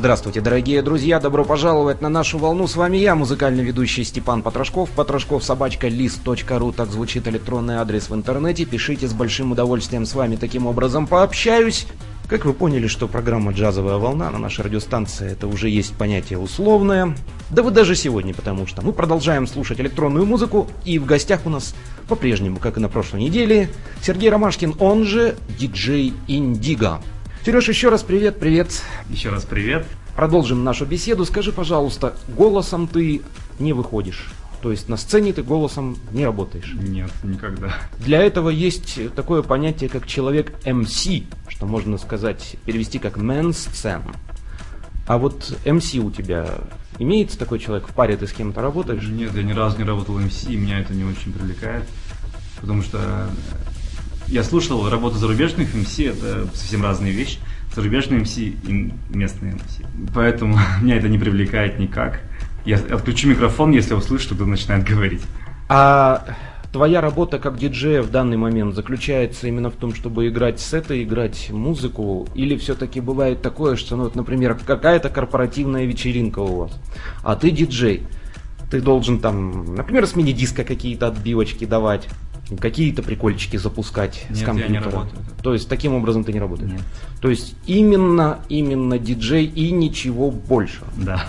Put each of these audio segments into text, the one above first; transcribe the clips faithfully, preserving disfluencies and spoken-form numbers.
Здравствуйте, дорогие друзья, добро пожаловать на нашу волну. С вами я, музыкальный ведущий Степан Потрошков. Потрошков собачка лист точка ру, так звучит электронный адрес в интернете. Пишите, с большим удовольствием с вами таким образом пообщаюсь. Как вы поняли, что программа «Джазовая волна» на нашей радиостанции — это уже есть понятие условное. Да вы даже сегодня, потому что мы продолжаем слушать электронную музыку, и в гостях у нас по-прежнему, как и на прошлой неделе, Сергей Ромашкин, он же диджей Индиго. Сереж, еще раз привет, привет. Еще раз привет. Продолжим нашу беседу. Скажи, пожалуйста, голосом ты не выходишь? То есть на сцене ты голосом не работаешь? Нет, никогда. Для этого есть такое понятие, как человек эм си, что можно сказать, перевести как «man scene». А вот эм си у тебя имеется такой человек? В паре ты с кем-то работаешь? Нет, я ни разу не работал эм си, и меня это не очень привлекает. Потому что я слушал работу зарубежных эм си, это совсем разные вещи. Зарубежные эм си и местные эм си. Поэтому меня это не привлекает никак. Я отключу микрофон, если услышу, что кто-то начинает говорить. А твоя работа как диджея в данный момент заключается именно в том, чтобы играть сеты, играть музыку? Или все-таки бывает такое, что, ну, вот, например, какая-то корпоративная вечеринка у вас, а ты диджей, ты должен там, например, с мини-диска какие-то отбивочки давать, какие-то прикольчики запускать? Нет, с компьютера? Я не работаю. То есть таким образом ты не работаешь? Нет. То есть именно, именно диджей и ничего больше? Да.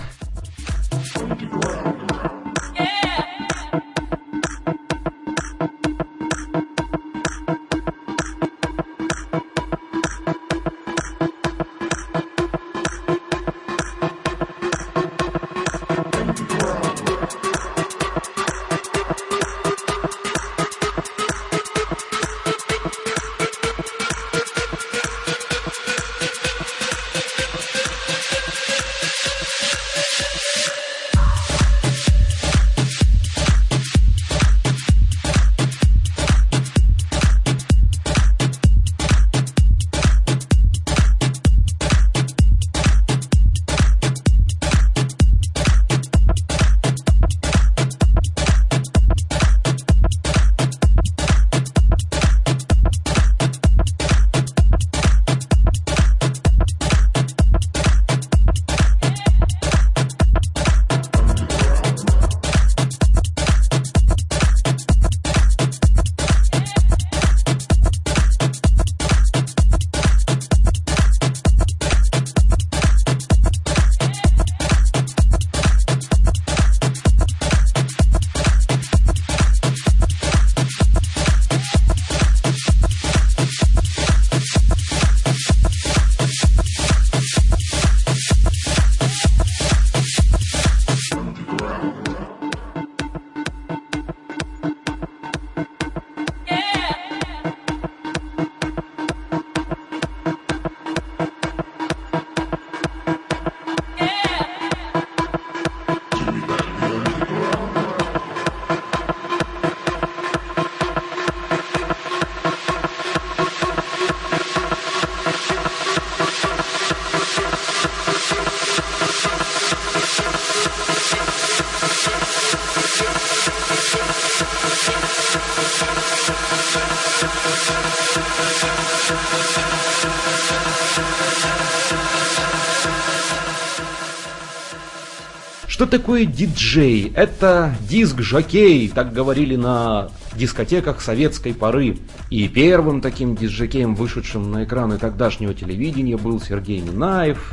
Что такое диджей? Это диск-жокей, так говорили на дискотеках советской поры. И первым таким диск-жокеем, вышедшим на экраны тогдашнего телевидения, был Сергей Минаев.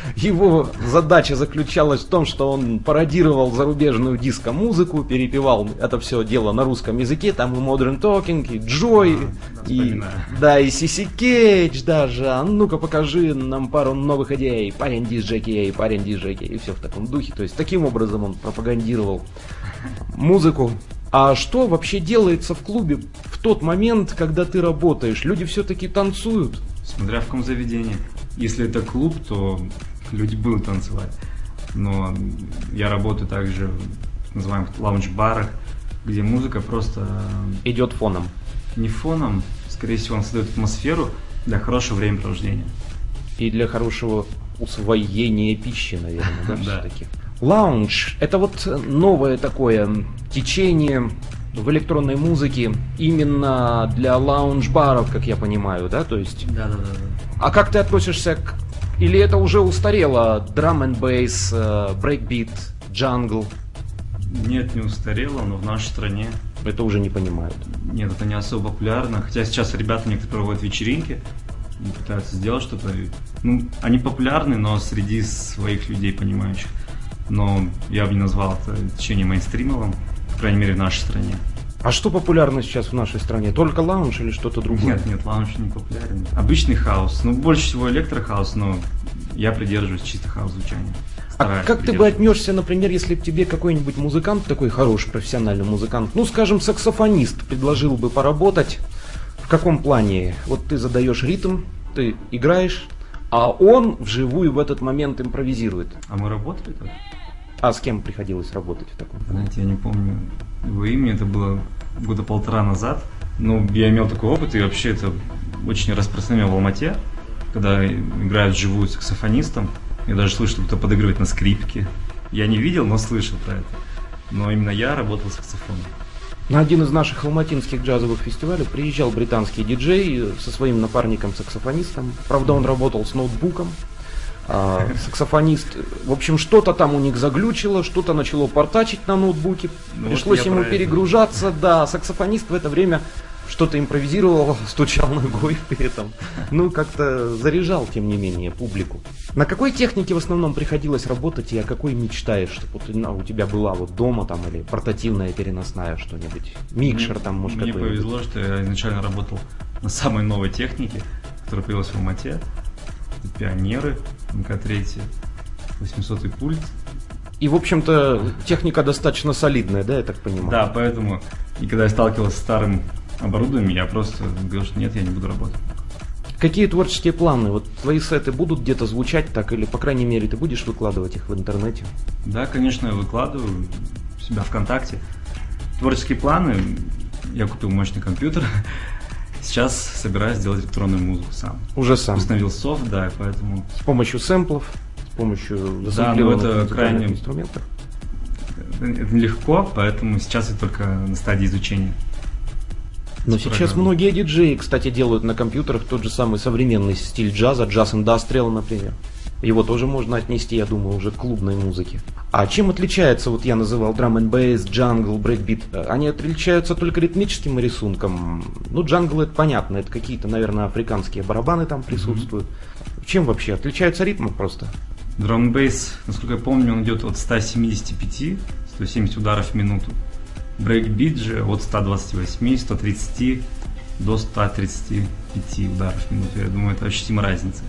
Его задача заключалась в том, что он пародировал зарубежную диско-музыку, перепевал это все дело на русском языке, там и Modern Talking, и Joy, а, и, да, и си си Cage даже. А ну-ка покажи нам пару новых идей, парень диск-жокей, парень диск-жокей, и все в таком духе. То есть таким образом он пропагандировал музыку. А что вообще делается в клубе в тот момент, когда ты работаешь? Люди все-таки танцуют? Смотря в каком заведении. Если это клуб, то люди будут танцевать. Но я работаю также в так называемых лаунж-барах, где музыка просто идет фоном. Не фоном, скорее всего, он создает атмосферу для хорошего времяпровождения. И для хорошего усвоения пищи, наверное, да, все-таки. Лаунж — это вот новое такое течение в электронной музыке именно для лаунж-баров, как я понимаю, да, то есть. Да, да, да. А как ты относишься к Или это уже устарело? Drum and bass, брейкбит, джангл? Нет, не устарело, но в нашей стране... Это уже не понимают. Нет, это не особо популярно. Хотя сейчас ребята некоторые проводят вечеринки, пытаются сделать что-то. Ну, они популярны, но среди своих людей, понимающих. Но я бы не назвал это течение мейнстримовым, по крайней мере, в нашей стране. А что популярно сейчас в нашей стране? Только лаунж или что-то другое? Нет, нет, лаунж не популярен. Обычный хаус. Ну, больше всего электрохаус, но я придерживаюсь чисто хаус звучания. А как ты бы отнесся, например, если бы тебе какой-нибудь музыкант, такой хороший профессиональный музыкант, ну, скажем, саксофонист, предложил бы поработать? В каком плане? Вот ты задаешь ритм, ты играешь, а он вживую в этот момент импровизирует. А мы работали так? А с кем приходилось работать в таком? Знаете, я не помню его имя, это было года полтора назад. Ну, я имел такой опыт, и вообще это очень распространено в Алмате, когда играют вживую с саксофонистом. Я даже слышал, что кто-то подыгрывает на скрипке. Я не видел, но слышал про это. Но именно я работал с саксофоном. На один из наших алматинских джазовых фестивалей приезжал британский диджей со своим напарником-саксофонистом. Правда, он работал с ноутбуком. А, саксофонист, в общем, что-то там у них заглючило, что-то начало портачить на ноутбуке. Ну, пришлось вот ему перегружаться. Да, саксофонист в это время что-то импровизировал, стучал ногой при этом. Ну, как-то заряжал, тем не менее, публику. На какой технике в основном приходилось работать и о какой мечтаешь, чтобы вот, ну, у тебя была вот дома там или портативная переносная что-нибудь? Микшер мне, там, может, мне какой-нибудь? Мне повезло, что я изначально работал на самой новой технике, которая появилась в Алмате. Это пионеры, эм ка три, восьмисотый пульт. И, в общем-то, техника достаточно солидная, да, я так понимаю? Да, поэтому, и когда я сталкивался с старым оборудованием, я просто говорил, что нет, я не буду работать. Какие творческие планы? Вот твои сеты будут где-то звучать так, или, по крайней мере, ты будешь выкладывать их в интернете? Да, конечно, я выкладываю у себя ВКонтакте. Творческие планы, я купил мощный компьютер, сейчас собираюсь делать электронную музыку сам. Уже сам? Установил софт, да, поэтому... С помощью сэмплов, с помощью да, но это крайне... инструментов? Это нелегко, поэтому сейчас я только на стадии изучения. Но сейчас многие диджеи, кстати, делают на компьютерах тот же самый современный стиль джаза, джаз-индастриал, например. Его тоже можно отнести, я думаю, уже к клубной музыке. А чем отличается, вот я называл drum and bass, джангл, брейкбит? Они отличаются только ритмическим рисунком. Ну, джангл это понятно, это какие-то, наверное, африканские барабаны там присутствуют. Mm-hmm. Чем вообще? Отличаются ритмом просто? Drum and bass, насколько я помню, он идет от ста семидесяти пяти — сто семьдесят ударов в минуту. Брейкбит же от ста двадцати восьми — ста тридцати до ста тридцати пяти ударов в минуту. Я думаю, это ощутимая разница.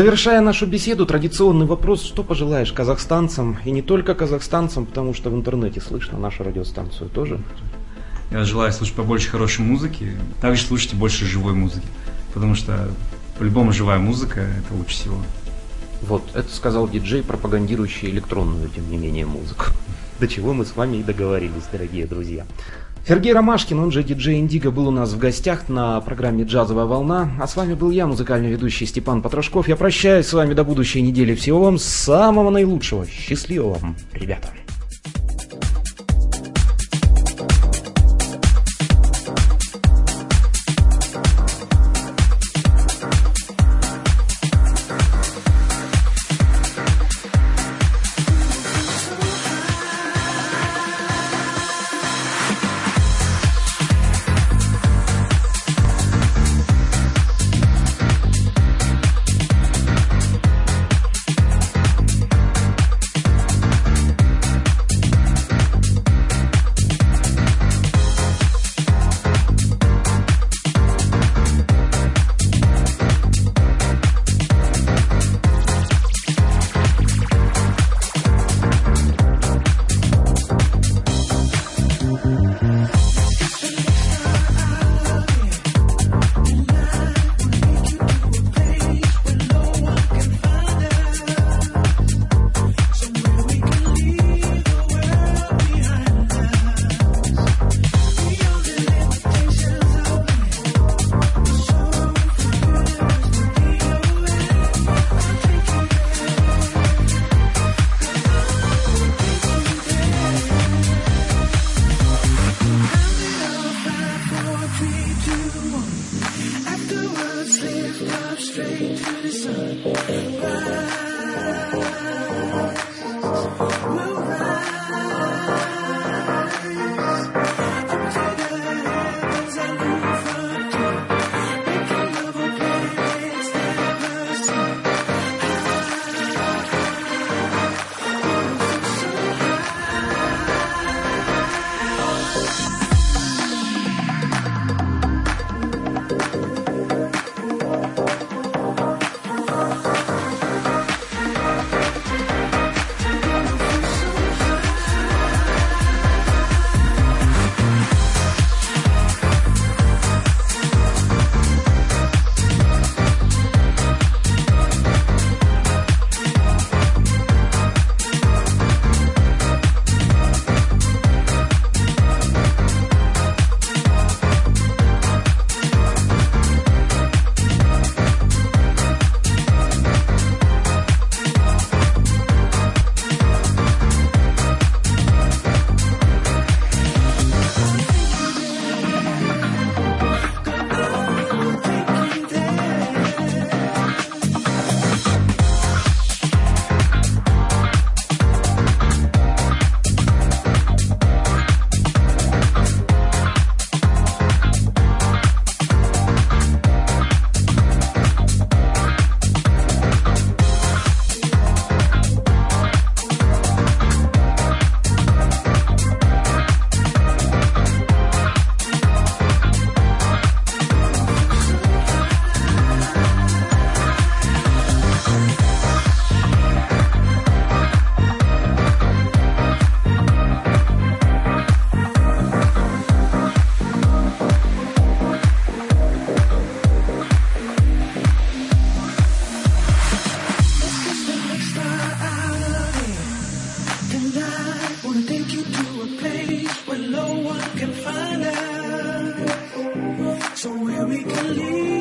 Завершая нашу беседу, традиционный вопрос, что пожелаешь казахстанцам, и не только казахстанцам, потому что в интернете слышно нашу радиостанцию тоже. Я желаю слушать побольше хорошей музыки, также слушайте больше живой музыки, потому что по-любому живая музыка – это лучше всего. Вот, это сказал диджей, пропагандирующий электронную, тем не менее, музыку. До чего мы с вами и договорились, дорогие друзья. Сергей Ромашкин, он же диджей Индиго, был у нас в гостях на программе «Джазовая волна». А с вами был я, музыкальный ведущий Степан Потрошков. Я прощаюсь с вами до будущей недели. Всего вам самого наилучшего. Счастливо вам, ребята.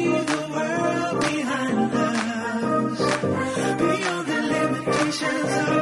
Beyond the limitations of